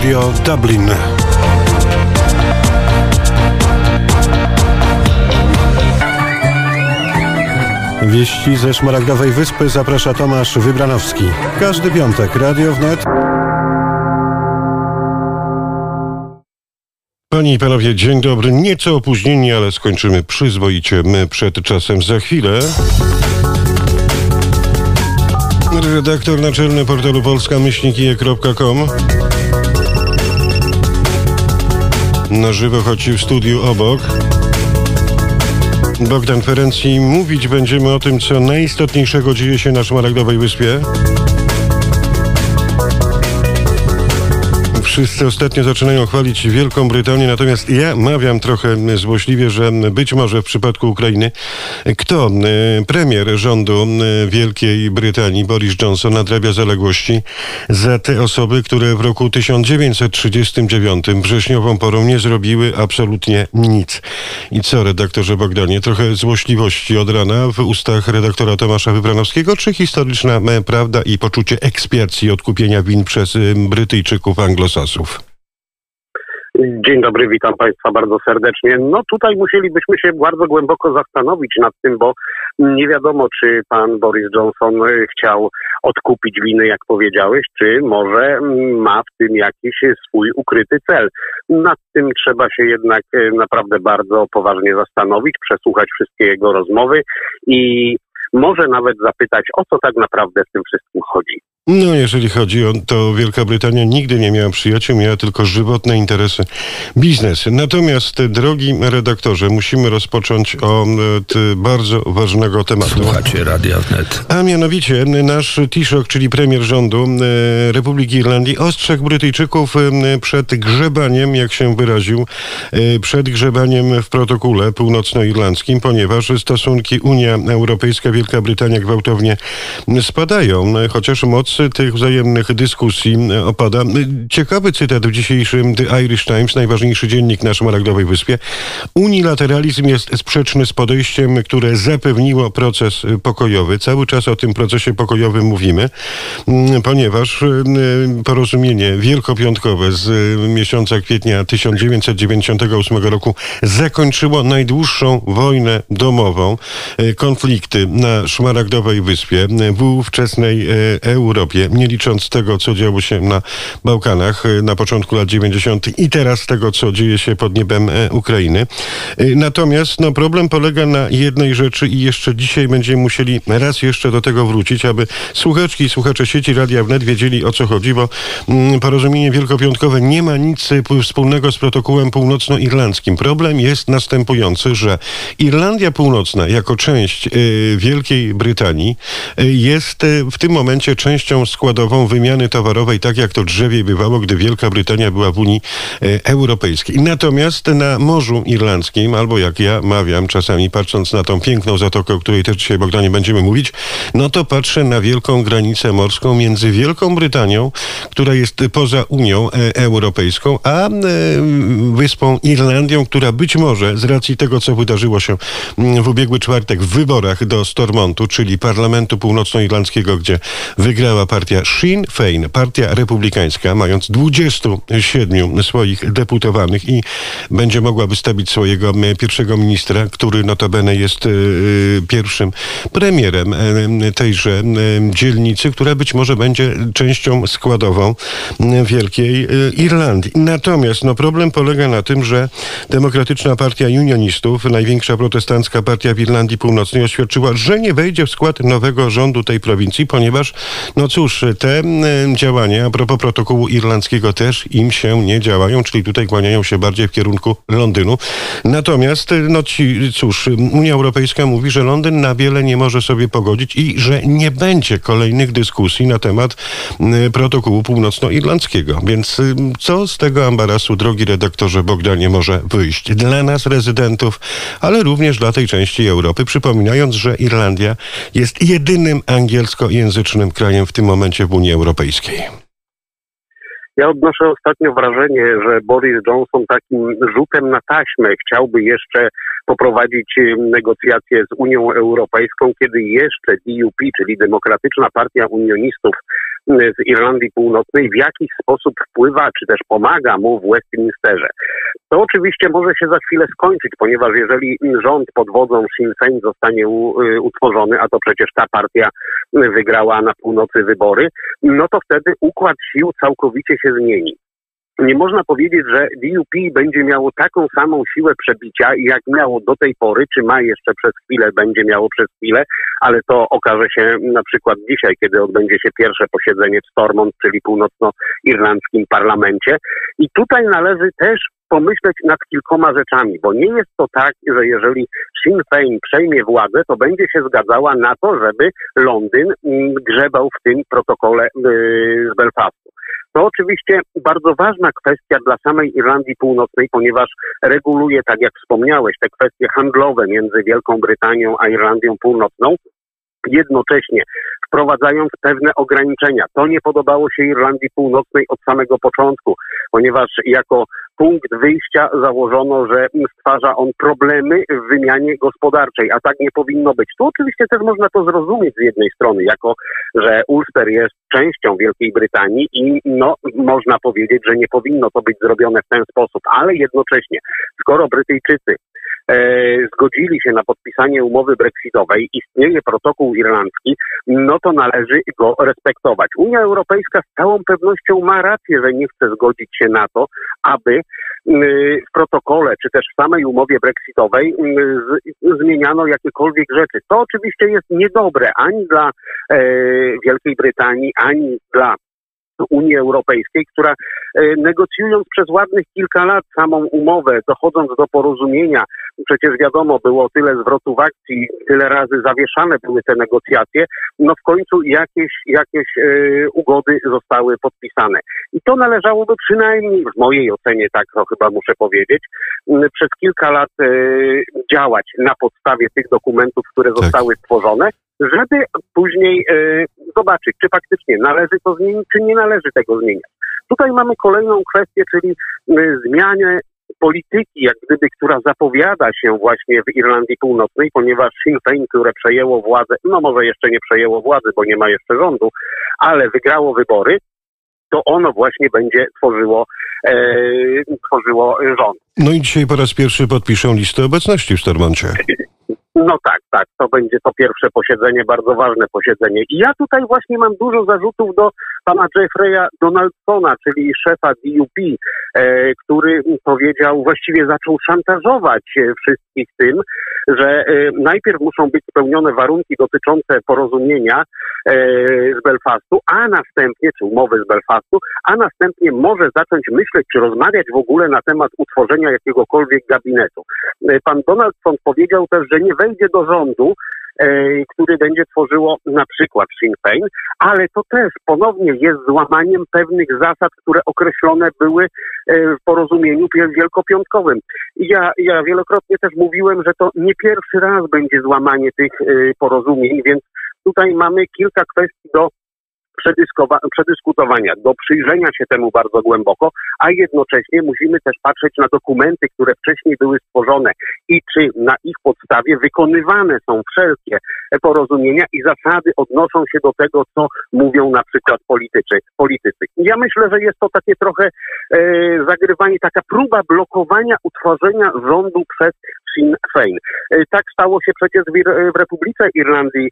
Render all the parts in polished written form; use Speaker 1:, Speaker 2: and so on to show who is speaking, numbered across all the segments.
Speaker 1: Radio Dublin. Wieści ze Szmaragdowej Wyspy zaprasza Tomasz Wybranowski. Każdy piątek Radio Wnet. Panie i panowie, dzień dobry. Nieco opóźnieni, ale skończymy przyzwoicie przed czasem. Za chwilę redaktor naczelny portalu polska-ije.com na żywo, choć w studiu obok. Bogdan Ferencji. Mówić będziemy o tym, co najistotniejszego dzieje się na Szmaragdowej Wyspie. Wszyscy ostatnio zaczynają chwalić Wielką Brytanię, natomiast ja mawiam trochę złośliwie, że być może w przypadku Ukrainy premier rządu Wielkiej Brytanii, Boris Johnson, nadrabia zaległości za te osoby, które w roku 1939 wrześniową porą nie zrobiły absolutnie nic. I co, redaktorze Bogdanie, trochę złośliwości od rana w ustach redaktora Tomasza Wybranowskiego, czy historyczna prawda i poczucie ekspiacji odkupienia win przez Brytyjczyków anglosasów?
Speaker 2: Dzień dobry, witam Państwa bardzo serdecznie. No tutaj musielibyśmy się bardzo głęboko zastanowić nad tym, bo nie wiadomo, czy pan Boris Johnson chciał odkupić winy, jak powiedziałeś, czy może ma w tym jakiś swój ukryty cel. Nad tym trzeba się jednak naprawdę bardzo poważnie zastanowić, przesłuchać wszystkie jego rozmowy i może nawet zapytać, o co tak naprawdę w tym wszystkim chodzi.
Speaker 1: No, jeżeli chodzi o to, Wielka Brytania nigdy nie miała przyjaciół, miała tylko żywotne interesy, biznes. Natomiast, drogi redaktorze, musimy rozpocząć od bardzo ważnego tematu.
Speaker 3: Słuchacie Radia Wnet.
Speaker 1: A mianowicie nasz Taoiseach, czyli premier rządu Republiki Irlandii, ostrzegł Brytyjczyków przed grzebaniem, jak się wyraził, przed grzebaniem w protokole północnoirlandzkim, ponieważ stosunki Unia Europejska-Wielka Brytania gwałtownie spadają, chociaż moc tych wzajemnych dyskusji opada. Ciekawy cytat w dzisiejszym The Irish Times, najważniejszy dziennik na Szmaragdowej Wyspie. Unilateralizm jest sprzeczny z podejściem, które zapewniło proces pokojowy. Cały czas o tym procesie pokojowym mówimy, ponieważ porozumienie wielkopiątkowe z miesiąca kwietnia 1998 roku zakończyło najdłuższą wojnę domową, konflikty na Szmaragdowej Wyspie w ówczesnej Europie, nie licząc tego, co działo się na Bałkanach na początku lat 90. i teraz tego, co dzieje się pod niebem Ukrainy. Natomiast problem polega na jednej rzeczy i jeszcze dzisiaj będziemy musieli raz jeszcze do tego wrócić, aby słuchaczki i słuchacze sieci Radia Wnet wiedzieli, o co chodzi, bo porozumienie wielkopiątkowe nie ma nic wspólnego z protokołem północnoirlandzkim. Problem jest następujący, że Irlandia Północna jako część Wielkiej Brytanii jest w tym momencie częścią składową wymiany towarowej, tak jak to drzewiej bywało, gdy Wielka Brytania była w Unii Europejskiej. Natomiast na Morzu Irlandzkim, albo jak ja mawiam czasami, patrząc na tą piękną zatokę, o której też dzisiaj, Bogdanie, będziemy mówić, no to patrzę na wielką granicę morską między Wielką Brytanią, która jest poza Unią Europejską, a wyspą Irlandią, która być może z racji tego, co wydarzyło się w ubiegły czwartek w wyborach do Stormontu, czyli Parlamentu Północnoirlandzkiego, gdzie wygrała partia Sinn Féin, partia republikańska, mając 27 swoich deputowanych i będzie mogła wystawić swojego pierwszego ministra, który notabene jest pierwszym premierem tejże dzielnicy, która być może będzie częścią składową Wielkiej Irlandii. Natomiast problem polega na tym, że Demokratyczna Partia Unionistów, największa protestancka partia w Irlandii Północnej, oświadczyła, że nie wejdzie w skład nowego rządu tej prowincji, ponieważ cóż, te działania a propos protokołu irlandzkiego też im się nie działają, czyli tutaj kłaniają się bardziej w kierunku Londynu. Natomiast, Unia Europejska mówi, że Londyn na wiele nie może sobie pogodzić i że nie będzie kolejnych dyskusji na temat protokołu północnoirlandzkiego. Więc co z tego ambarasu, drogi redaktorze Bogdanie, może wyjść dla nas, rezydentów, ale również dla tej części Europy, przypominając, że Irlandia jest jedynym angielskojęzycznym krajem w tym momencie w Unii Europejskiej?
Speaker 2: Ja odnoszę ostatnio wrażenie, że Boris Johnson takim rzutem na taśmę chciałby jeszcze poprowadzić negocjacje z Unią Europejską, kiedy jeszcze DUP, czyli Demokratyczna Partia Unionistów, z Irlandii Północnej w jakiś sposób wpływa, czy też pomaga mu w Westminsterze. To oczywiście może się za chwilę skończyć, ponieważ jeżeli rząd pod wodzą Sinn Féin zostanie utworzony, a to przecież ta partia wygrała na północy wybory, no to wtedy układ sił całkowicie się zmieni. Nie można powiedzieć, że DUP będzie miało taką samą siłę przebicia, jak miało do tej pory, czy ma jeszcze przez chwilę, będzie miało przez chwilę, ale to okaże się na przykład dzisiaj, kiedy odbędzie się pierwsze posiedzenie w Stormont, czyli północnoirlandzkim parlamencie. I tutaj należy też pomyśleć nad kilkoma rzeczami, bo nie jest to tak, że jeżeli Sinn Féin przejmie władzę, to będzie się zgadzała na to, żeby Londyn grzebał w tym protokole z Belfastu. To oczywiście bardzo ważna kwestia dla samej Irlandii Północnej, ponieważ reguluje, tak jak wspomniałeś, te kwestie handlowe między Wielką Brytanią a Irlandią Północną, jednocześnie wprowadzając pewne ograniczenia. To nie podobało się Irlandii Północnej od samego początku, ponieważ jako punkt wyjścia założono, że stwarza on problemy w wymianie gospodarczej, a tak nie powinno być. Tu oczywiście też można to zrozumieć z jednej strony, jako że Ulster jest częścią Wielkiej Brytanii i można powiedzieć, że nie powinno to być zrobione w ten sposób, ale jednocześnie, skoro Brytyjczycy zgodzili się na podpisanie umowy brexitowej, istnieje protokół irlandzki, no to należy go respektować. Unia Europejska z całą pewnością ma rację, że nie chce zgodzić się na to, aby w protokole, czy też w samej umowie brexitowej zmieniano jakiekolwiek rzeczy. To oczywiście jest niedobre ani dla Wielkiej Brytanii, ani dla Unii Europejskiej, która negocjując przez ładnych kilka lat samą umowę, dochodząc do porozumienia, przecież wiadomo, było tyle zwrotów akcji, tyle razy zawieszane były te negocjacje, no w końcu jakieś ugody zostały podpisane. I to należałoby przynajmniej, w mojej ocenie, tak to chyba muszę powiedzieć, przez kilka lat działać na podstawie tych dokumentów, które zostały stworzone, żeby później zobaczyć, czy faktycznie należy to zmienić, czy nie należy tego zmieniać. Tutaj mamy kolejną kwestię, czyli zmianę polityki, jak gdyby, która zapowiada się właśnie w Irlandii Północnej, ponieważ Sinn Féin, które przejęło władzę, no może jeszcze nie przejęło władzy, bo nie ma jeszcze rządu, ale wygrało wybory, to ono właśnie będzie tworzyło rząd.
Speaker 1: No i dzisiaj po raz pierwszy podpiszą listę obecności w Stormoncie.
Speaker 2: No tak, to będzie to pierwsze posiedzenie, bardzo ważne posiedzenie. I ja tutaj właśnie mam dużo zarzutów do pana Jeffreya Donaldsona, czyli szefa DUP, który powiedział, właściwie zaczął szantażować wszystkich tym, że najpierw muszą być spełnione warunki dotyczące porozumienia z Belfastu, a następnie, czy umowy z Belfastu, a następnie może zacząć myśleć, czy rozmawiać w ogóle na temat utworzenia jakiegokolwiek gabinetu. Pan Donaldson powiedział też, że nie wejdzie do rządu, który będzie tworzyło na przykład Sinn Féin, ale to też ponownie jest złamaniem pewnych zasad, które określone były w porozumieniu wielkopiątkowym. I ja wielokrotnie też mówiłem, że to nie pierwszy raz będzie złamanie tych porozumień, więc tutaj mamy kilka kwestii do przedyskutowania, do przyjrzenia się temu bardzo głęboko, a jednocześnie musimy też patrzeć na dokumenty, które wcześniej były stworzone i czy na ich podstawie wykonywane są wszelkie porozumienia i zasady odnoszą się do tego, co mówią na przykład politycy. Ja myślę, że jest to takie trochę zagrywanie, taka próba blokowania utworzenia rządu przez Sinn Féin. Tak stało się przecież w Republice Irlandii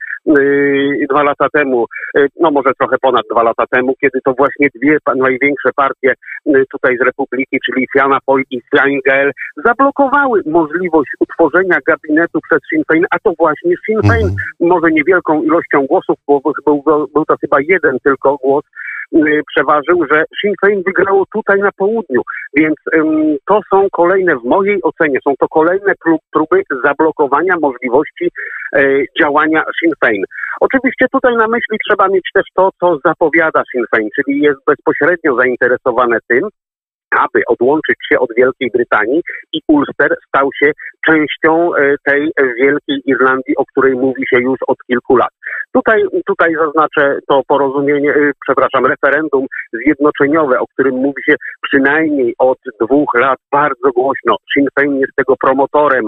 Speaker 2: 2 lata temu, no może trochę ponad 2 lata temu, kiedy to właśnie dwie największe partie tutaj z Republiki, czyli Fianna Fáil i Fine Gael, zablokowały możliwość utworzenia gabinetu przez Sinn Féin, a to właśnie Sinn Féin, może niewielką ilością głosów, bo był to chyba jeden tylko głos, przeważył, że Sinn Féin wygrało tutaj na południu. Więc to są kolejne, w mojej ocenie, są to kolejne próby zablokowania możliwości działania Sinn Féin. Oczywiście tutaj na myśli trzeba mieć też to, co zapowiada Sinn Féin, czyli jest bezpośrednio zainteresowane tym, aby odłączyć się od Wielkiej Brytanii i Ulster stał się częścią tej Wielkiej Irlandii, o której mówi się już od kilku lat. Tutaj zaznaczę to referendum zjednoczeniowe, o którym mówi się przynajmniej od 2 lat bardzo głośno. Sinn Féin jest tego promotorem.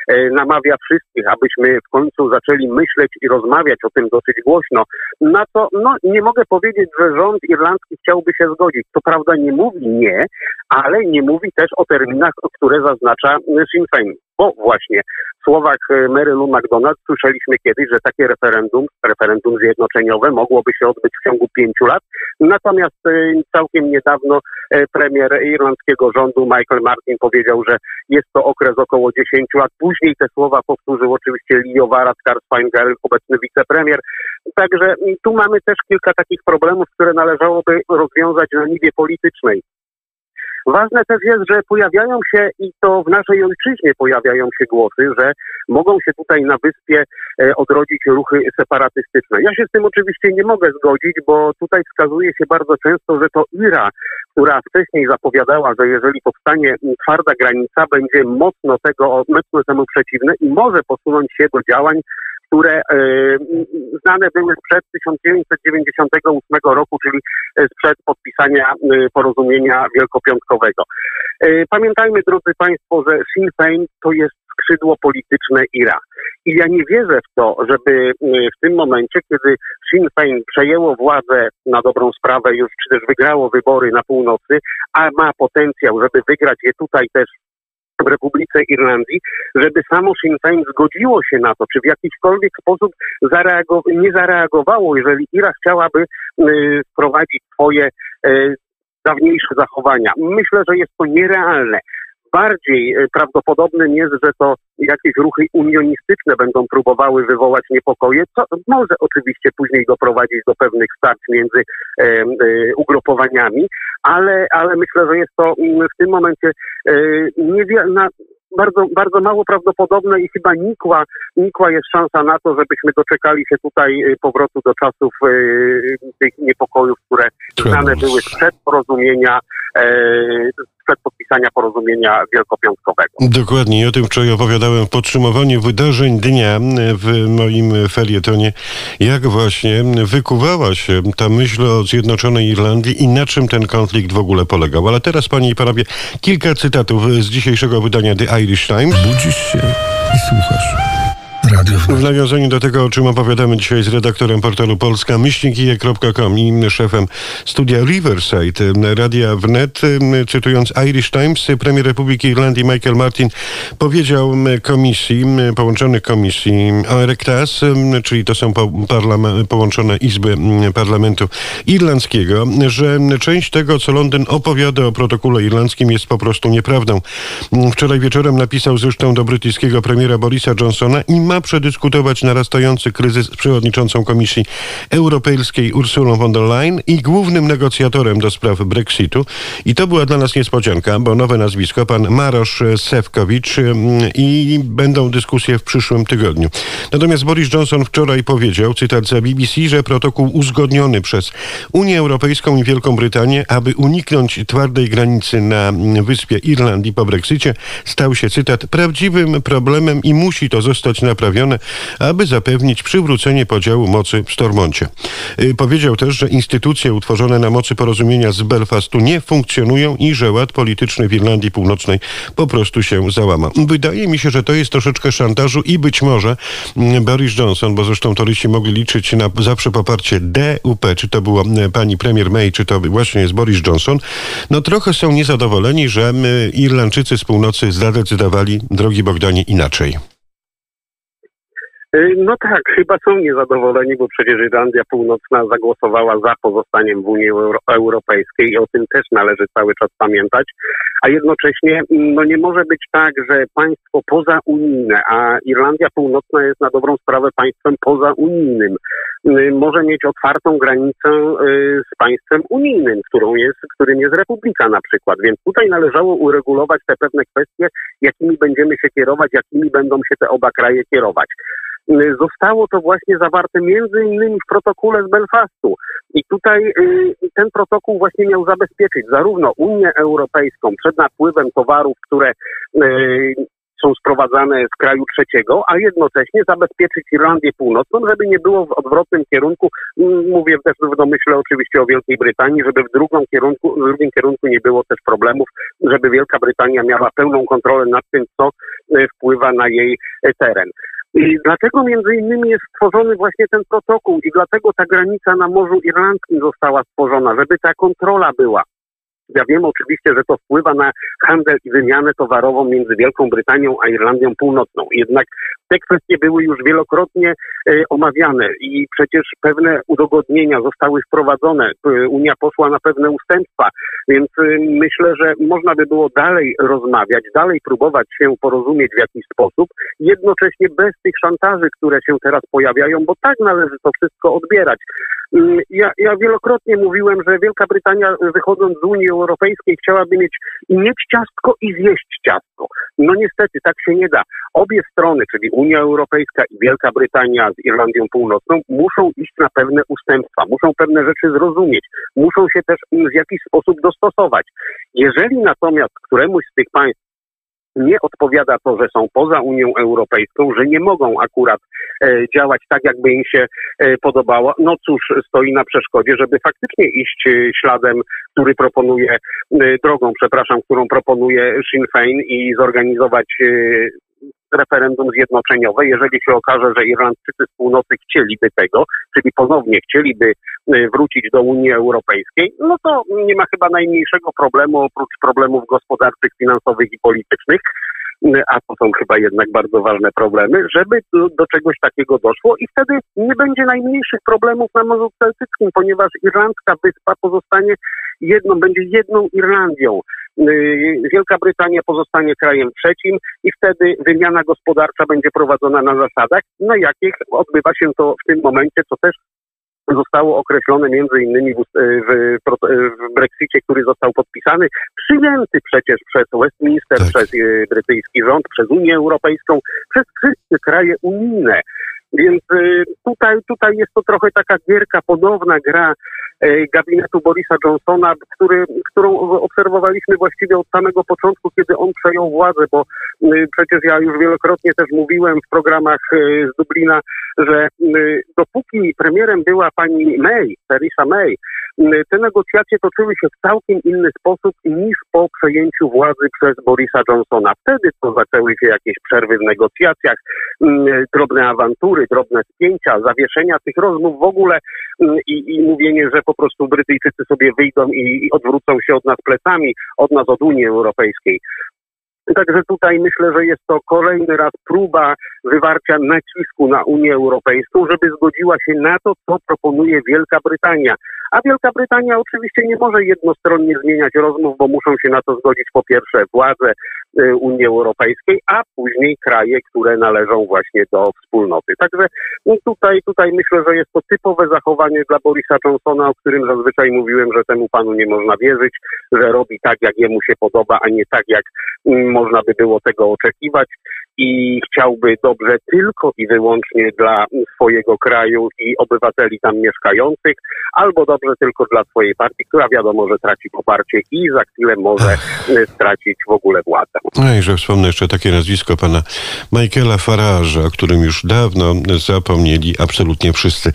Speaker 2: namawia wszystkich, abyśmy w końcu zaczęli myśleć i rozmawiać o tym dosyć głośno, na to nie mogę powiedzieć, że rząd irlandzki chciałby się zgodzić. To prawda, nie mówi nie, ale nie mówi też o terminach, które zaznacza Sinn Féin. Bo właśnie w słowach Mary Lou McDonald słyszeliśmy kiedyś, że takie referendum zjednoczeniowe mogłoby się odbyć w ciągu 5 lat. Natomiast całkiem niedawno premier irlandzkiego rządu Michael Martin powiedział, że jest to okres około 10 lat. Później te słowa powtórzył oczywiście Leo Varadkar, obecny wicepremier. Także tu mamy też kilka takich problemów, które należałoby rozwiązać na niwie politycznej. Ważne też jest, że pojawiają się, i to w naszej ojczyźnie pojawiają się głosy, że mogą się tutaj na wyspie odrodzić ruchy separatystyczne. Ja się z tym oczywiście nie mogę zgodzić, bo tutaj wskazuje się bardzo często, że to IRA, która wcześniej zapowiadała, że jeżeli powstanie twarda granica, będzie mocno temu przeciwne i może posunąć się do działań, które znane były sprzed 1998 roku, czyli sprzed podpisania porozumienia wielkopiątkowego. Pamiętajmy, drodzy Państwo, że Sinn Féin to jest skrzydło polityczne IRA. I ja nie wierzę w to, żeby w tym momencie, kiedy Sinn Féin przejęło władzę na dobrą sprawę już, czy też wygrało wybory na północy, a ma potencjał, żeby wygrać je tutaj też w Republice Irlandii, żeby samo Sinn Féin zgodziło się na to, czy w jakikolwiek sposób nie zareagowało, jeżeli IRA chciałaby wprowadzić swoje dawniejsze zachowania. Myślę, że jest to nierealne. Bardziej prawdopodobnym jest, że to jakieś ruchy unionistyczne będą próbowały wywołać niepokoje, co może oczywiście później doprowadzić do pewnych starć między ugrupowaniami, ale myślę, że jest to w tym momencie bardzo mało prawdopodobne i chyba nikła jest szansa na to, żebyśmy doczekali się tutaj powrotu do czasów tych niepokojów, które znane były sprzed podpisania porozumienia wielkopiątkowego.
Speaker 1: Dokładnie. O tym wczoraj opowiadałem w podsumowaniu wydarzeń dnia w moim felietonie, jak właśnie wykuwała się ta myśl o zjednoczonej Irlandii i na czym ten konflikt w ogóle polegał. Ale teraz, panie i panowie, kilka cytatów z dzisiejszego wydania The Irish Times.
Speaker 3: Budzisz się i słuchasz.
Speaker 1: W nawiązaniu do tego, o czym opowiadamy dzisiaj z redaktorem portalu polska-kije.com i szefem studia Riverside Radia Wnet, cytując Irish Times, premier Republiki Irlandii Michael Martin powiedział połączonych komisji ORCTAS, czyli to są połączone izby parlamentu irlandzkiego, że część tego, co Londyn opowiada o protokole irlandzkim, jest po prostu nieprawdą. Wczoraj wieczorem napisał zresztą do brytyjskiego premiera Borisa Johnsona i ma przedyskutować narastający kryzys z przewodniczącą Komisji Europejskiej Ursulą von der Leyen i głównym negocjatorem do spraw Brexitu. I to była dla nas niespodzianka, bo nowe nazwisko, pan Marosz Sefcovic, i będą dyskusje w przyszłym tygodniu. Natomiast Boris Johnson wczoraj powiedział, cytat za BBC, że protokół uzgodniony przez Unię Europejską i Wielką Brytanię, aby uniknąć twardej granicy na wyspie Irlandii po Brexicie, stał się, cytat, prawdziwym problemem i musi to zostać naprawione, aby zapewnić przywrócenie podziału mocy w Stormoncie. Powiedział też, że instytucje utworzone na mocy porozumienia z Belfastu nie funkcjonują i że ład polityczny w Irlandii Północnej po prostu się załamał. Wydaje mi się, że to jest troszeczkę szantażu i być może Boris Johnson, bo zresztą toryści mogli liczyć na zawsze poparcie DUP, czy to była pani premier May, czy to właśnie jest Boris Johnson, no trochę są niezadowoleni, że Irlandczycy z północy zadecydowali, drogi Bogdanie, inaczej.
Speaker 2: No tak, chyba są niezadowoleni, bo przecież Irlandia Północna zagłosowała za pozostaniem w Unii Europejskiej i o tym też należy cały czas pamiętać, a jednocześnie nie może być tak, że państwo pozaunijne, a Irlandia Północna jest na dobrą sprawę państwem pozaunijnym, może mieć otwartą granicę z państwem unijnym, którym jest Republika na przykład, więc tutaj należało uregulować te pewne kwestie, jakimi będziemy się kierować, jakimi będą się te oba kraje kierować. Zostało to właśnie zawarte między innymi w protokole z Belfastu. I tutaj ten protokół właśnie miał zabezpieczyć zarówno Unię Europejską przed napływem towarów, które są sprowadzane z kraju trzeciego, a jednocześnie zabezpieczyć Irlandię Północną, żeby nie było w odwrotnym kierunku, mówię też w domyśle oczywiście o Wielkiej Brytanii, żeby w drugim kierunku nie było też problemów, żeby Wielka Brytania miała pełną kontrolę nad tym, co wpływa na jej teren. I dlatego między innymi jest stworzony właśnie ten protokół i dlatego ta granica na Morzu Irlandzkim została stworzona, żeby ta kontrola była. Ja wiem oczywiście, że to wpływa na handel i wymianę towarową między Wielką Brytanią a Irlandią Północną. Jednak te kwestie były już wielokrotnie omawiane i przecież pewne udogodnienia zostały wprowadzone. Unia poszła na pewne ustępstwa, więc myślę, że można by było dalej rozmawiać, dalej próbować się porozumieć w jakiś sposób, jednocześnie bez tych szantaży, które się teraz pojawiają, bo tak należy to wszystko odbierać. Ja wielokrotnie mówiłem, że Wielka Brytania, wychodząc z Unii Europejskiej, chciałaby mieć ciastko i zjeść ciastko. No niestety tak się nie da. Obie strony, czyli Unia Europejska i Wielka Brytania z Irlandią Północną, muszą iść na pewne ustępstwa, muszą pewne rzeczy zrozumieć, muszą się też w jakiś sposób dostosować. Jeżeli natomiast któremuś z tych państw nie odpowiada to, że są poza Unią Europejską, że nie mogą akurat działać tak, jakby im się podobało, no cóż stoi na przeszkodzie, żeby faktycznie iść śladem, którą proponuje Sinn Féin i zorganizować referendum zjednoczeniowe. Jeżeli się okaże, że Irlandczycy z północy chcieliby tego, czyli ponownie chcieliby wrócić do Unii Europejskiej, no to nie ma chyba najmniejszego problemu, oprócz problemów gospodarczych, finansowych i politycznych, a to są chyba jednak bardzo ważne problemy, żeby do czegoś takiego doszło i wtedy nie będzie najmniejszych problemów na Morzu Celtyckim, ponieważ irlandzka wyspa będzie jedną Irlandią. Wielka Brytania pozostanie krajem trzecim i wtedy wymiana gospodarcza będzie prowadzona na zasadach, na jakich odbywa się to w tym momencie, co też zostało określone między innymi w Brexicie, który został podpisany, przyjęty przecież przez Westminster, przez brytyjski rząd, przez Unię Europejską, przez wszystkie kraje unijne. Więc tutaj jest to trochę taka gierka, ponowna gra gabinetu Borisa Johnsona, którą obserwowaliśmy właściwie od samego początku, kiedy on przejął władzę, bo przecież ja już wielokrotnie też mówiłem w programach z Dublina, że dopóki premierem była pani Theresa May, te negocjacje toczyły się w całkiem inny sposób niż po przejęciu władzy przez Borisa Johnsona. Wtedy to zaczęły się jakieś przerwy w negocjacjach, drobne awantury, drobne spięcia, zawieszenia tych rozmów w ogóle i mówienie, że po prostu Brytyjczycy sobie wyjdą i odwrócą się od nas plecami, od Unii Europejskiej. Także tutaj myślę, że jest to kolejny raz próba wywarcia nacisku na Unię Europejską, żeby zgodziła się na to, co proponuje Wielka Brytania. A Wielka Brytania oczywiście nie może jednostronnie zmieniać rozmów, bo muszą się na to zgodzić po pierwsze władze Unii Europejskiej, a później kraje, które należą właśnie do wspólnoty. Także tutaj myślę, że jest to typowe zachowanie dla Borisa Johnsona, o którym zazwyczaj mówiłem, że temu panu nie można wierzyć, że robi tak, jak jemu się podoba, a nie tak, jak można by było tego oczekiwać. I chciałby dobrze tylko i wyłącznie dla swojego kraju i obywateli tam mieszkających, albo dobrze tylko dla swojej partii, która wiadomo, że traci poparcie i za chwilę może stracić w ogóle władzę.
Speaker 1: No i że wspomnę jeszcze takie nazwisko pana Michaela Farage'a, o którym już dawno zapomnieli absolutnie wszyscy.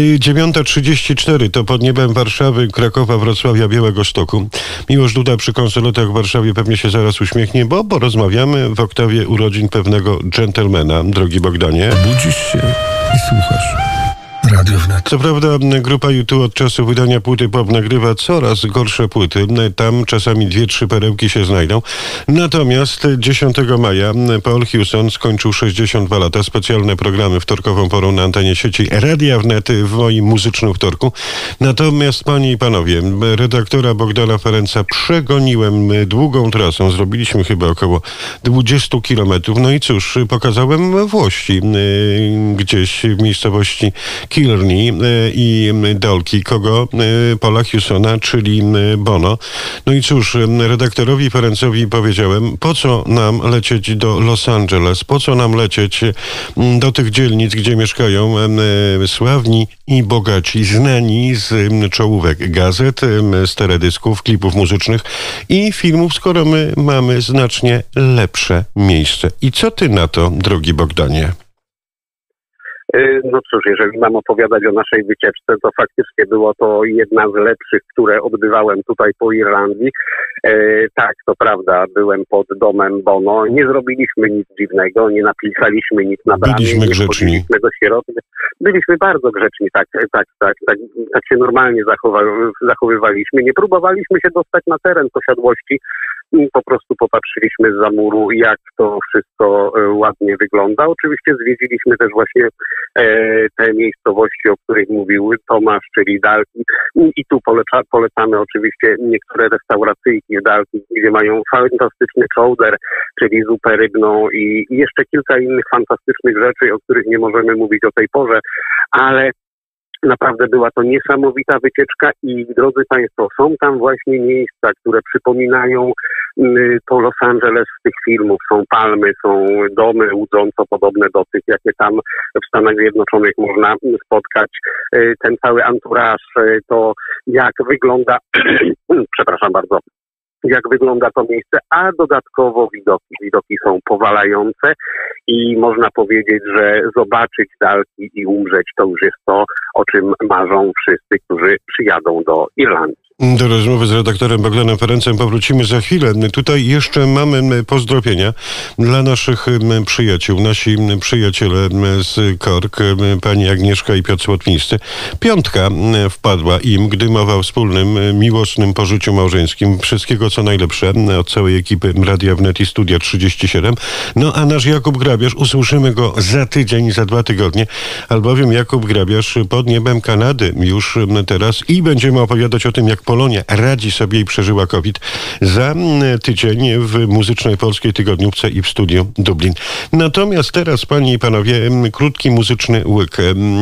Speaker 1: 9:34 to pod niebem Warszawy, Krakowa, Wrocławia, Białegostoku. Miłosz Duda przy konsulatach w Warszawie pewnie się zaraz uśmiechnie, bo porozmawiamy w oktawie urodzin pewnego dżentelmena, drogi Bogdanie.
Speaker 3: Budzisz się i słuchasz. Radio Wnet.
Speaker 1: Co prawda grupa U2 od czasu wydania płyty pop nagrywa coraz gorsze płyty. Tam czasami 2-3 perełki się znajdą. Natomiast 10 maja Paul Hewson skończył 62 lata. Specjalne programy wtorkową porą na antenie sieci Radia Wnet w moim muzycznym wtorku. Natomiast panie i panowie, redaktora Bogdana Ferenca przegoniłem długą trasą. Zrobiliśmy chyba około 20 kilometrów. No i cóż, pokazałem Włości gdzieś w miejscowości Killarney i Dalki, kogo? Paula Hewsona, czyli Bono. No i cóż, redaktorowi Ferencowi powiedziałem, po co nam lecieć do Los Angeles, po co nam lecieć do tych dzielnic, gdzie mieszkają sławni i bogaci, znani z czołówek gazet, z teledysków, klipów muzycznych i filmów, skoro my mamy znacznie lepsze miejsce. I co ty na to, drogi Bogdanie?
Speaker 2: No cóż, jeżeli mam opowiadać o naszej wycieczce, to faktycznie było to jedna z lepszych, które odbywałem tutaj po Irlandii. Tak, to prawda, byłem pod domem Bono. Nie zrobiliśmy nic dziwnego, nie napisaliśmy nic na bramie.
Speaker 1: Byliśmy grzeczni.
Speaker 2: Do środka. Byliśmy bardzo grzeczni, tak się normalnie zachowywaliśmy. Nie próbowaliśmy się dostać na teren posiadłości. Po prostu popatrzyliśmy zza muru, jak to wszystko ładnie wygląda. Oczywiście zwiedziliśmy też właśnie te miejscowości, o których mówił Tomasz, czyli Dalki. I tu polecamy oczywiście niektóre restauracyjki Dalki, gdzie mają fantastyczny chowder, czyli zupę rybną i jeszcze kilka innych fantastycznych rzeczy, o których nie możemy mówić o tej porze, ale naprawdę była to niesamowita wycieczka i drodzy Państwo, są tam właśnie miejsca, które przypominają to Los Angeles z tych filmów. Są palmy, są domy łudząco podobne do tych, jakie tam w Stanach Zjednoczonych można spotkać. Ten cały anturaż, to jak wygląda, przepraszam bardzo, jak wygląda to miejsce, a dodatkowo widoki są powalające i można powiedzieć, że zobaczyć Dalki i umrzeć to już jest to, o czym marzą wszyscy, którzy przyjadą do Irlandii.
Speaker 1: Do rozmowy z redaktorem Bogdanem Ferencem powrócimy za chwilę. Tutaj jeszcze mamy pozdrowienia dla naszych przyjaciół. Nasi przyjaciele z Cork, pani Agnieszka i Piotr Słotwińscy. Piątka wpadła im, gdy mowa o wspólnym, miłosnym pożyciu małżeńskim. Wszystkiego co najlepsze od całej ekipy Radia Wnet i Studia 37. No a nasz Jakub Grabiarz, usłyszymy go za tydzień, za 2 tygodnie, albowiem Jakub Grabiarz pod niebem Kanady już teraz i będziemy opowiadać o tym, jak Polonia radzi sobie i przeżyła COVID za tydzień w Muzycznej Polskiej Tygodniówce i w Studiu Dublin. Natomiast teraz, panie i panowie, krótki muzyczny łyk.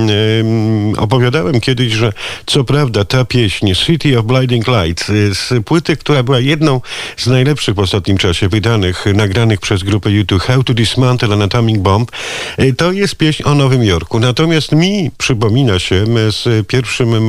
Speaker 1: Opowiadałem kiedyś, że co prawda ta pieśń City of Blinding Lights z płyty, która była jedną z najlepszych w ostatnim czasie wydanych, nagranych przez grupę U2, How to Dismantle an Atomic Bomb, to jest pieśń o Nowym Jorku. Natomiast mi przypomina się z pierwszymi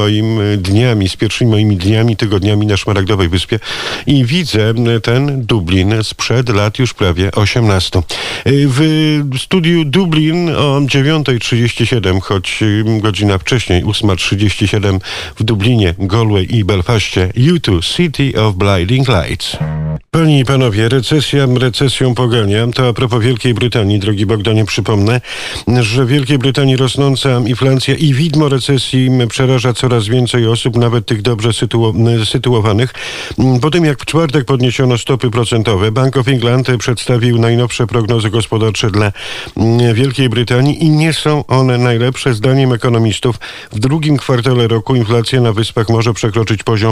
Speaker 1: moimi dniami, tygodniami na Szmaragdowej Wyspie i widzę ten Dublin sprzed lat już prawie 18. W studiu Dublin o 9:37, choć godzina wcześniej, 8:37 w Dublinie, Galway i Belfaście, U2 City of Blinding Lights. Panie i panowie, recesja recesją pogania. To a propos Wielkiej Brytanii, drogi Bogdanie, przypomnę, że w Wielkiej Brytanii rosnąca inflacja i widmo recesji przeraża coraz więcej osób, nawet tych dobrze sytuowanych. Po tym jak w czwartek podniesiono stopy procentowe, Bank of England przedstawił najnowsze prognozy gospodarcze dla Wielkiej Brytanii i nie są one najlepsze. Zdaniem ekonomistów w drugim kwartale roku inflacja na Wyspach może przekroczyć poziom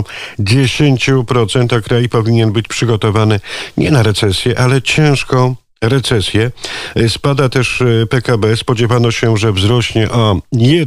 Speaker 1: 10%, a kraj powinien być przygotowany nie na recesję, ale ciężką recesję. Spada też PKB. Spodziewano się, że wzrośnie o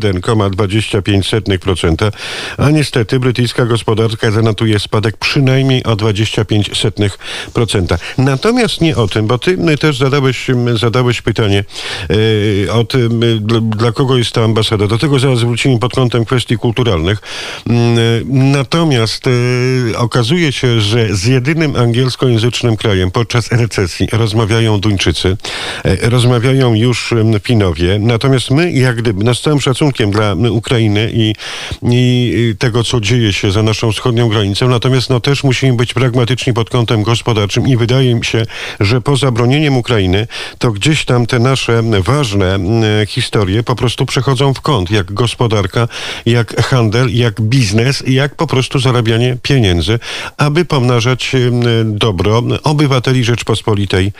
Speaker 1: 1,25%, a niestety brytyjska gospodarka zanotuje spadek przynajmniej o 0,25%. Natomiast nie o tym, bo ty też zadałeś pytanie o tym, dla kogo jest ta ambasada. Do tego zaraz wrócimy pod kątem kwestii kulturalnych. Natomiast okazuje się, że z jedynym angielskojęzycznym krajem podczas recesji rozmawiają Duńczycy, rozmawiają już Finowie, natomiast my jak gdyby, z całym szacunkiem dla Ukrainy i tego, co dzieje się za naszą wschodnią granicą, natomiast też musimy być pragmatyczni pod kątem gospodarczym i wydaje mi się, że po zabronieniem Ukrainy, to gdzieś tam te nasze ważne historie po prostu przechodzą w kąt, jak gospodarka, jak handel, jak biznes, jak po prostu zarabianie pieniędzy, aby pomnażać dobro obywateli Rzeczpospolitej Polskiej.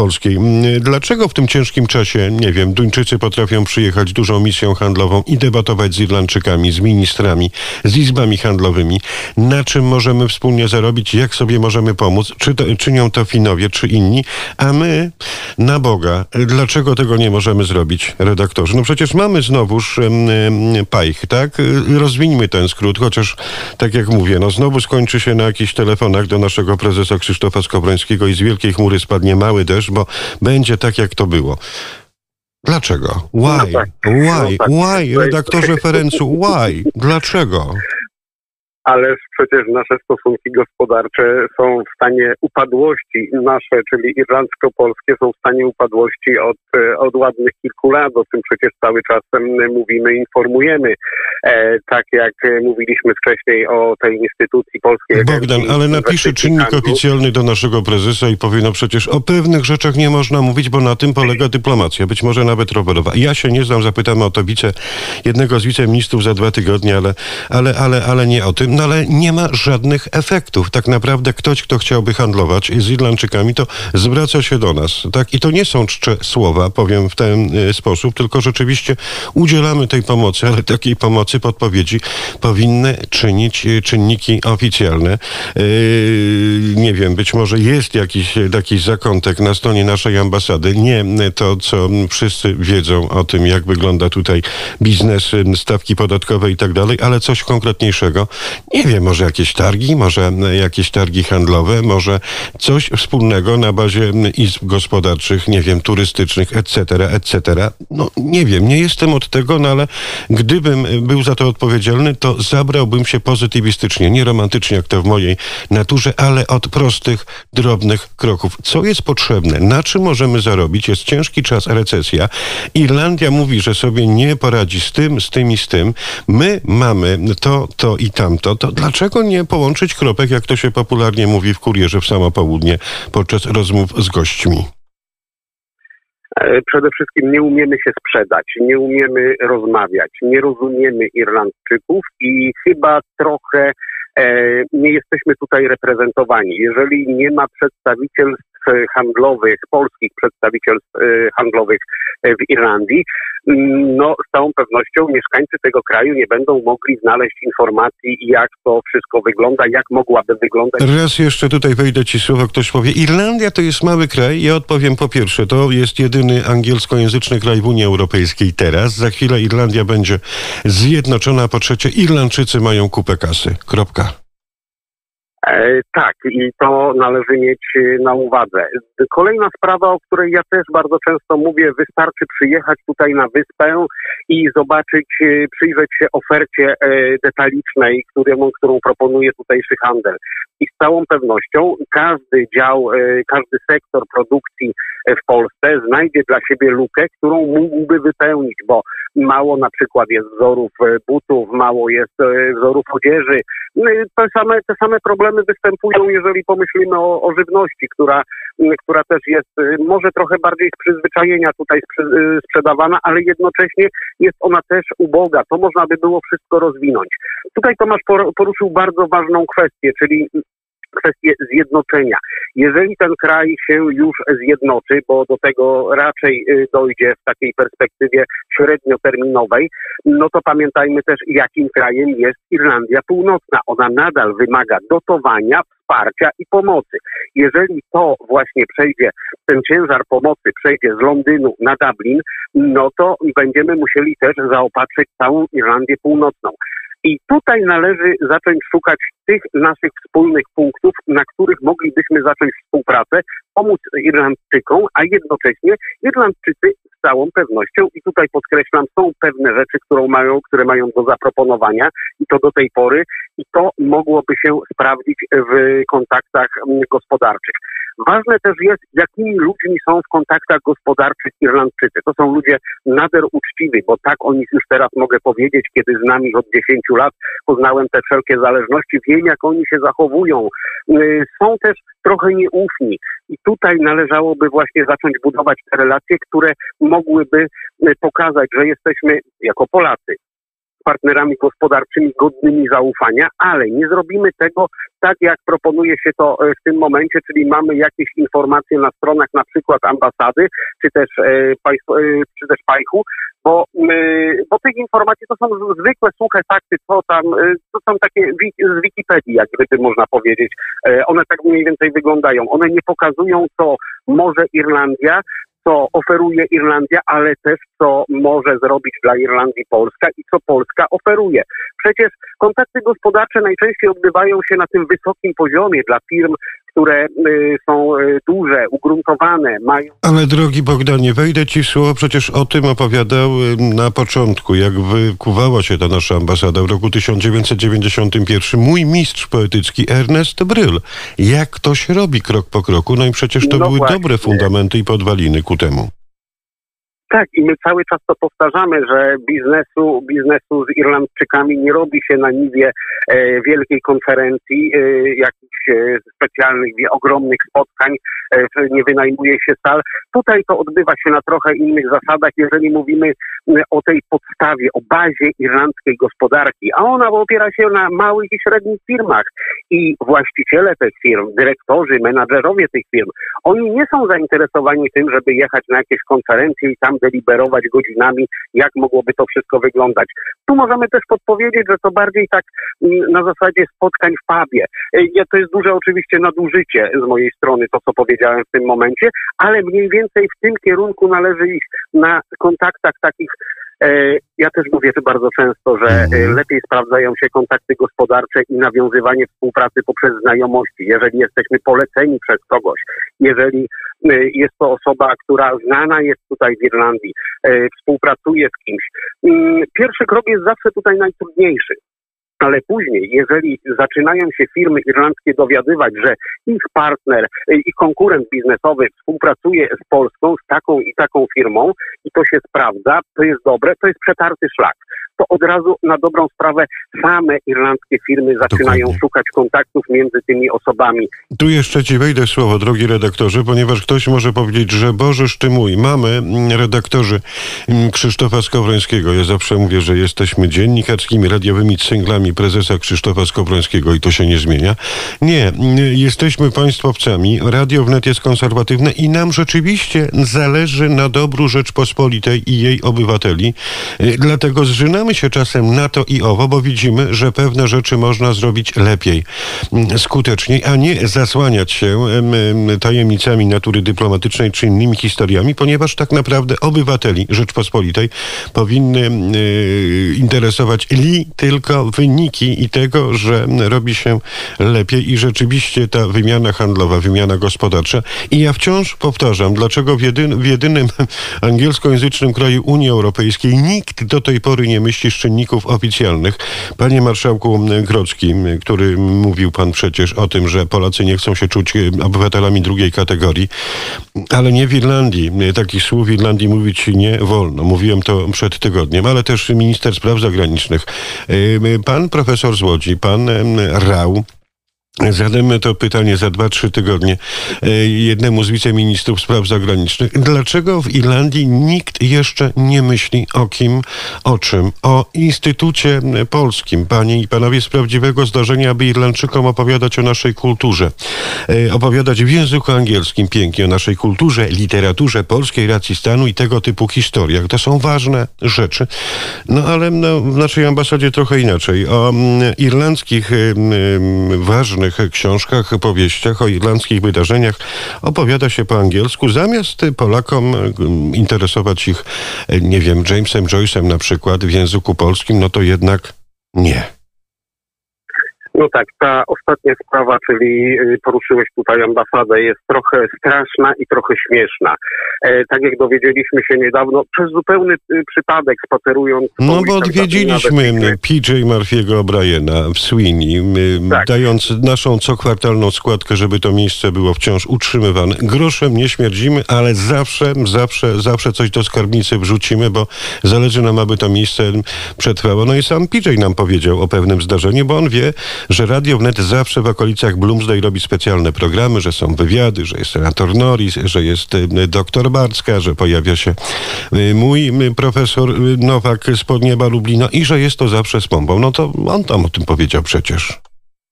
Speaker 1: polskiej. Dlaczego w tym ciężkim czasie, nie wiem, Duńczycy potrafią przyjechać dużą misją handlową i debatować z Irlandczykami, z ministrami, z izbami handlowymi, na czym możemy wspólnie zarobić, jak sobie możemy pomóc, czynią to Finowie, czy inni, a my, na Boga, dlaczego tego nie możemy zrobić, redaktorzy? No przecież mamy znowuż pajch, tak? Rozwińmy ten skrót, chociaż, tak jak mówię, no znowu skończy się na jakichś telefonach do naszego prezesa Krzysztofa Skowrońskiego i z wielkiej chmury spadnie mały deszcz, bo będzie tak, jak to było. Dlaczego? Why? Why? Redaktorze Ferencu, why? Dlaczego?
Speaker 2: Ależ przecież nasze stosunki gospodarcze są w stanie upadłości. Nasze, czyli irlandzko-polskie, są w stanie upadłości od ładnych kilku lat. O tym przecież cały czas mówimy, informujemy. Tak jak mówiliśmy wcześniej o tej instytucji polskiej.
Speaker 1: Bogdan, ale napisze czynnik oficjalny do naszego prezesa i powie, no przecież o pewnych rzeczach nie można mówić, bo na tym polega dyplomacja, być może nawet rowerowa. Ja się nie znam, zapytamy o to jednego z wiceministrów za 2 tygodnie, ale nie o tym. No ale nie ma żadnych efektów. Tak naprawdę ktoś, kto chciałby handlować z Irlandczykami, to zwraca się do nas. Tak? I to nie są czcze słowa, powiem w ten sposób, tylko rzeczywiście udzielamy tej pomocy, ale takiej pomocy, podpowiedzi powinny czynić czynniki oficjalne. Nie wiem, być może jest jakiś zakątek na stronie naszej ambasady. Nie to, co wszyscy wiedzą o tym, jak wygląda tutaj biznes, stawki podatkowe i tak dalej, ale coś konkretniejszego. Nie wiem, może jakieś targi handlowe, może coś wspólnego na bazie izb gospodarczych, nie wiem, turystycznych, etc. No nie wiem, nie jestem od tego, no ale gdybym był za to odpowiedzialny, to zabrałbym się pozytywistycznie, nie romantycznie, jak to w mojej naturze, ale od prostych, drobnych kroków. Co jest potrzebne? Na czym możemy zarobić? Jest ciężki czas, recesja. Irlandia mówi, że sobie nie poradzi z tym, z tym i z tym. My mamy to i tamto. To dlaczego nie połączyć kropek, jak to się popularnie mówi w Kurierze w samo południe podczas rozmów z gośćmi?
Speaker 2: Przede wszystkim nie umiemy się sprzedać, nie umiemy rozmawiać, nie rozumiemy Irlandczyków i chyba trochę nie jesteśmy tutaj reprezentowani. Jeżeli nie ma przedstawicielstw handlowych, polskich przedstawicielstw handlowych w Irlandii, no z całą pewnością mieszkańcy tego kraju nie będą mogli znaleźć informacji, jak to wszystko wygląda, jak mogłaby wyglądać.
Speaker 1: Raz jeszcze tutaj wejdę ci słowo, ktoś powie, Irlandia to jest mały kraj. Ja odpowiem po pierwsze, to jest jedyny angielskojęzyczny kraj w Unii Europejskiej teraz. Za chwilę Irlandia będzie zjednoczona, a po trzecie Irlandczycy mają kupę kasy. Kropka.
Speaker 2: Tak, i to należy mieć na uwadze. Kolejna sprawa, o której ja też bardzo często mówię, wystarczy przyjechać tutaj na wyspę i zobaczyć, przyjrzeć się ofercie detalicznej, którą proponuje tutejszy handel. I z całą pewnością każdy dział, każdy sektor produkcji w Polsce znajdzie dla siebie lukę, którą mógłby wypełnić, bo mało na przykład jest wzorów butów, mało jest wzorów odzieży. Te same problemy występują, jeżeli pomyślimy o żywności, która też jest może trochę bardziej z przyzwyczajenia tutaj sprzedawana, ale jednocześnie jest ona też uboga. To można by było wszystko rozwinąć. Tutaj Tomasz poruszył bardzo ważną kwestię, czyli kwestię zjednoczenia. Jeżeli ten kraj się już zjednoczy, bo do tego raczej dojdzie w takiej perspektywie średnioterminowej, no to pamiętajmy też, jakim krajem jest Irlandia Północna. Ona nadal wymaga dotowania, wsparcia i pomocy. Jeżeli to właśnie przejdzie, ten ciężar pomocy przejdzie z Londynu na Dublin, no to będziemy musieli też zaopatrzyć całą Irlandię Północną. I tutaj należy zacząć szukać tych naszych wspólnych punktów, na których moglibyśmy zacząć współpracę, pomóc Irlandczykom, a jednocześnie Irlandczycy z całą pewnością, i tutaj podkreślam, są pewne rzeczy, które mają do zaproponowania i to do tej pory, i to mogłoby się sprawdzić w kontaktach gospodarczych. Ważne też jest, jakimi ludźmi są w kontaktach gospodarczych Irlandczycy. To są ludzie nader uczciwi, bo tak o nich już teraz mogę powiedzieć, kiedy znam ich od 10 lat, poznałem te wszelkie zależności, wiem, jak oni się zachowują. Są też trochę nieufni i tutaj należałoby właśnie zacząć budować te relacje, które mogłyby pokazać, że jesteśmy jako Polacy. partnerami gospodarczymi godnymi zaufania, ale nie zrobimy tego tak, jak proponuje się to w tym momencie, czyli mamy jakieś informacje na stronach na przykład ambasady, czy też Pajchu, bo tych informacji to są zwykłe, suche fakty, to są takie z Wikipedii, jak gdyby można powiedzieć. One tak mniej więcej wyglądają. One nie pokazują, co może Irlandia, co oferuje Irlandia, ale też co może zrobić dla Irlandii Polska i co Polska oferuje. Przecież kontakty gospodarcze najczęściej odbywają się na tym wysokim poziomie dla firm, które są duże, ugruntowane, mają...
Speaker 1: Ale drogi Bogdanie, wejdę ci w słowo, przecież o tym opowiadał na początku, jak wykuwała się ta nasza ambasada w roku 1991, mój mistrz poetycki Ernest Bryl. Jak to się robi krok po kroku? No i przecież to były
Speaker 2: właśnie
Speaker 1: dobre fundamenty i podwaliny ku temu.
Speaker 2: Tak, i my cały czas to powtarzamy, że biznesu z Irlandczykami nie robi się na niwie wielkiej konferencji, jakichś specjalnych, ogromnych spotkań, nie wynajmuje się sal. Tutaj to odbywa się na trochę innych zasadach, jeżeli mówimy o tej podstawie, o bazie irlandzkiej gospodarki, a ona opiera się na małych i średnich firmach i właściciele tych firm, dyrektorzy, menadżerowie tych firm, oni nie są zainteresowani tym, żeby jechać na jakieś konferencje i tam deliberować godzinami, jak mogłoby to wszystko wyglądać. Tu możemy też podpowiedzieć, że to bardziej tak na zasadzie spotkań w pubie. To jest duże oczywiście nadużycie z mojej strony, to co powiedziałem w tym momencie, ale mniej więcej w tym kierunku należy iść na kontaktach takich. Ja też mówię bardzo często, że lepiej sprawdzają się kontakty gospodarcze i nawiązywanie współpracy poprzez znajomości. Jeżeli jesteśmy poleceni przez kogoś, jeżeli jest to osoba, która znana jest tutaj w Irlandii, współpracuje z kimś. Pierwszy krok jest zawsze tutaj najtrudniejszy. Ale później, jeżeli zaczynają się firmy irlandzkie dowiadywać, że ich partner i konkurent biznesowy współpracuje z Polską, z taką i taką firmą i to się sprawdza, to jest dobre, to jest przetarty szlak. To od razu na dobrą sprawę same irlandzkie firmy zaczynają szukać kontaktów między tymi osobami.
Speaker 1: Tu jeszcze ci wejdę w słowo, drogi redaktorze, ponieważ ktoś może powiedzieć, że Bożeż ty mój, mamy redaktorzy Krzysztofa Skowrońskiego. Ja zawsze mówię, że jesteśmy dziennikarskimi, radiowymi cynglami prezesa Krzysztofa Skowrońskiego i to się nie zmienia. Nie, jesteśmy państwowcami, Radio Wnet jest konserwatywne i nam rzeczywiście zależy na dobru Rzeczpospolitej i jej obywateli. Dlatego zżynamy się czasem na to i owo, bo widzimy, że pewne rzeczy można zrobić lepiej, skuteczniej, a nie zasłaniać się tajemnicami natury dyplomatycznej czy innymi historiami, ponieważ tak naprawdę obywateli Rzeczpospolitej powinny interesować tylko wyniki i tego, że robi się lepiej i rzeczywiście ta wymiana handlowa, wymiana gospodarcza. I ja wciąż powtarzam, dlaczego w jedynym angielskojęzycznym kraju Unii Europejskiej nikt do tej pory nie myśli z czynników oficjalnych. Panie marszałku Grodzki, który mówił pan przecież o tym, że Polacy nie chcą się czuć obywatelami drugiej kategorii, ale nie w Irlandii. Takich słów w Irlandii mówić nie wolno. Mówiłem to przed tygodniem, ale też minister spraw zagranicznych. Pan profesor z Łodzi, pan Rau, zadamy to pytanie za 2-3 tygodnie jednemu z wiceministrów spraw zagranicznych. Dlaczego w Irlandii nikt jeszcze nie myśli o kim, o czym? O Instytucie Polskim. Panie i panowie, z prawdziwego zdarzenia, aby Irlandczykom opowiadać o naszej kulturze. Opowiadać w języku angielskim pięknie o naszej kulturze, literaturze, polskiej racji stanu i tego typu historiach. To są ważne rzeczy. No ale w naszej ambasadzie trochę inaczej. O irlandzkich ważnych książkach, powieściach, o irlandzkich wydarzeniach opowiada się po angielsku, zamiast Polakom interesować ich, nie wiem, Jamesem Joyce'em na przykład w języku polskim, no to jednak nie.
Speaker 2: No tak, ta ostatnia sprawa, czyli poruszyłeś tutaj ambasadę, jest trochę straszna i trochę śmieszna. Tak jak dowiedzieliśmy się niedawno, przez zupełny przypadek spacerując...
Speaker 1: No bo odwiedziliśmy PJ Murphy'ego O'Briena w Sweeney, tak, dając naszą cokwartalną składkę, żeby to miejsce było wciąż utrzymywane. Groszem nie śmierdzimy, ale zawsze coś do skarbnicy wrzucimy, bo zależy nam, aby to miejsce przetrwało. No i sam PJ nam powiedział o pewnym zdarzeniu, bo on wie, że Radio Wnet zawsze w okolicach Bloomsday robi specjalne programy, że są wywiady, że jest senator Norris, że jest doktor Barcka, że pojawia się mój profesor Nowak z Podnieba Lublina i że jest to zawsze z pompą. No to on tam o tym powiedział przecież.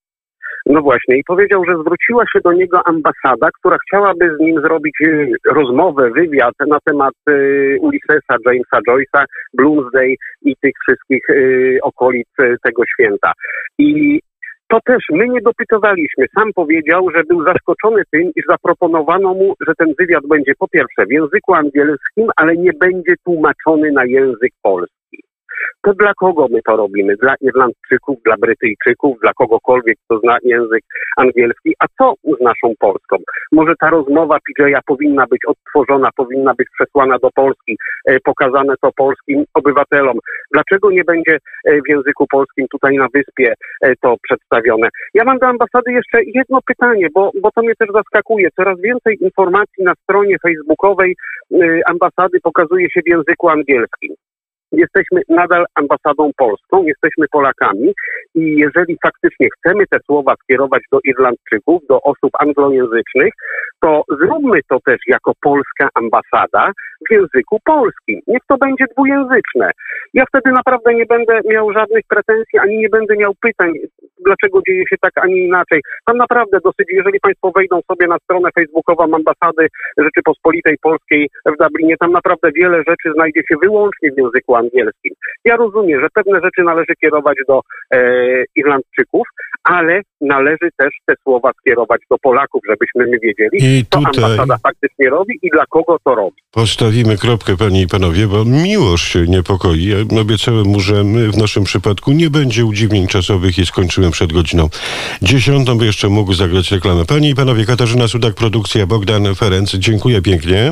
Speaker 2: No właśnie i powiedział, że zwróciła się do niego ambasada, która chciałaby z nim zrobić rozmowę, wywiad na temat Ulyssesa, Jamesa Joyce'a, Bloomsday i tych wszystkich okolic tego święta. I to też my nie dopytowaliśmy. Sam powiedział, że był zaskoczony tym, iż zaproponowano mu, że ten wywiad będzie po pierwsze w języku angielskim, ale nie będzie tłumaczony na język polski. To dla kogo my to robimy? Dla Irlandczyków, dla Brytyjczyków, dla kogokolwiek, kto zna język angielski. A co z naszą Polską? Może ta rozmowa PJ-a powinna być odtworzona, powinna być przesłana do Polski, pokazane to polskim obywatelom. Dlaczego nie będzie w języku polskim tutaj na wyspie to przedstawione? Ja mam do ambasady jeszcze jedno pytanie, bo to mnie też zaskakuje. Coraz więcej informacji na stronie facebookowej ambasady pokazuje się w języku angielskim. Jesteśmy nadal ambasadą polską, jesteśmy Polakami i jeżeli faktycznie chcemy te słowa skierować do Irlandczyków, do osób anglojęzycznych, to zróbmy to też jako polska ambasada w języku polskim. Niech to będzie dwujęzyczne. Ja wtedy naprawdę nie będę miał żadnych pretensji, ani nie będę miał pytań, dlaczego dzieje się tak, a nie inaczej. Tam naprawdę dosyć, jeżeli Państwo wejdą sobie na stronę facebookową ambasady Rzeczypospolitej Polskiej w Dublinie, tam naprawdę wiele rzeczy znajdzie się wyłącznie w języku angielskim. Ja rozumiem, że pewne rzeczy należy kierować do Irlandczyków, ale należy też te słowa skierować do Polaków, żebyśmy my wiedzieli, co ambasada faktycznie robi i dla kogo to robi.
Speaker 1: Postawimy kropkę, panie i panowie, bo Miłosz się niepokoi. Ja obiecałem mu, że w naszym przypadku nie będzie udziwnień czasowych i skończyłem przed godziną 10, by jeszcze mógł zagrać reklamę. Panie i panowie, Katarzyna Sudak, produkcja, Bogdan Ferenc. Dziękuję pięknie.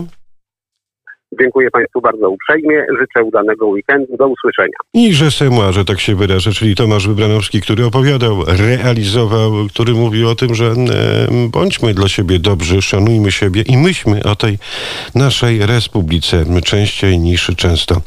Speaker 2: Dziękuję Państwu bardzo uprzejmie. Życzę udanego weekendu. Do usłyszenia.
Speaker 1: I że Semła, że tak się wyrażę, czyli Tomasz Wybranowski, który opowiadał, realizował, który mówił o tym, że bądźmy dla siebie dobrzy, szanujmy siebie i myślmy o tej naszej republice częściej niż często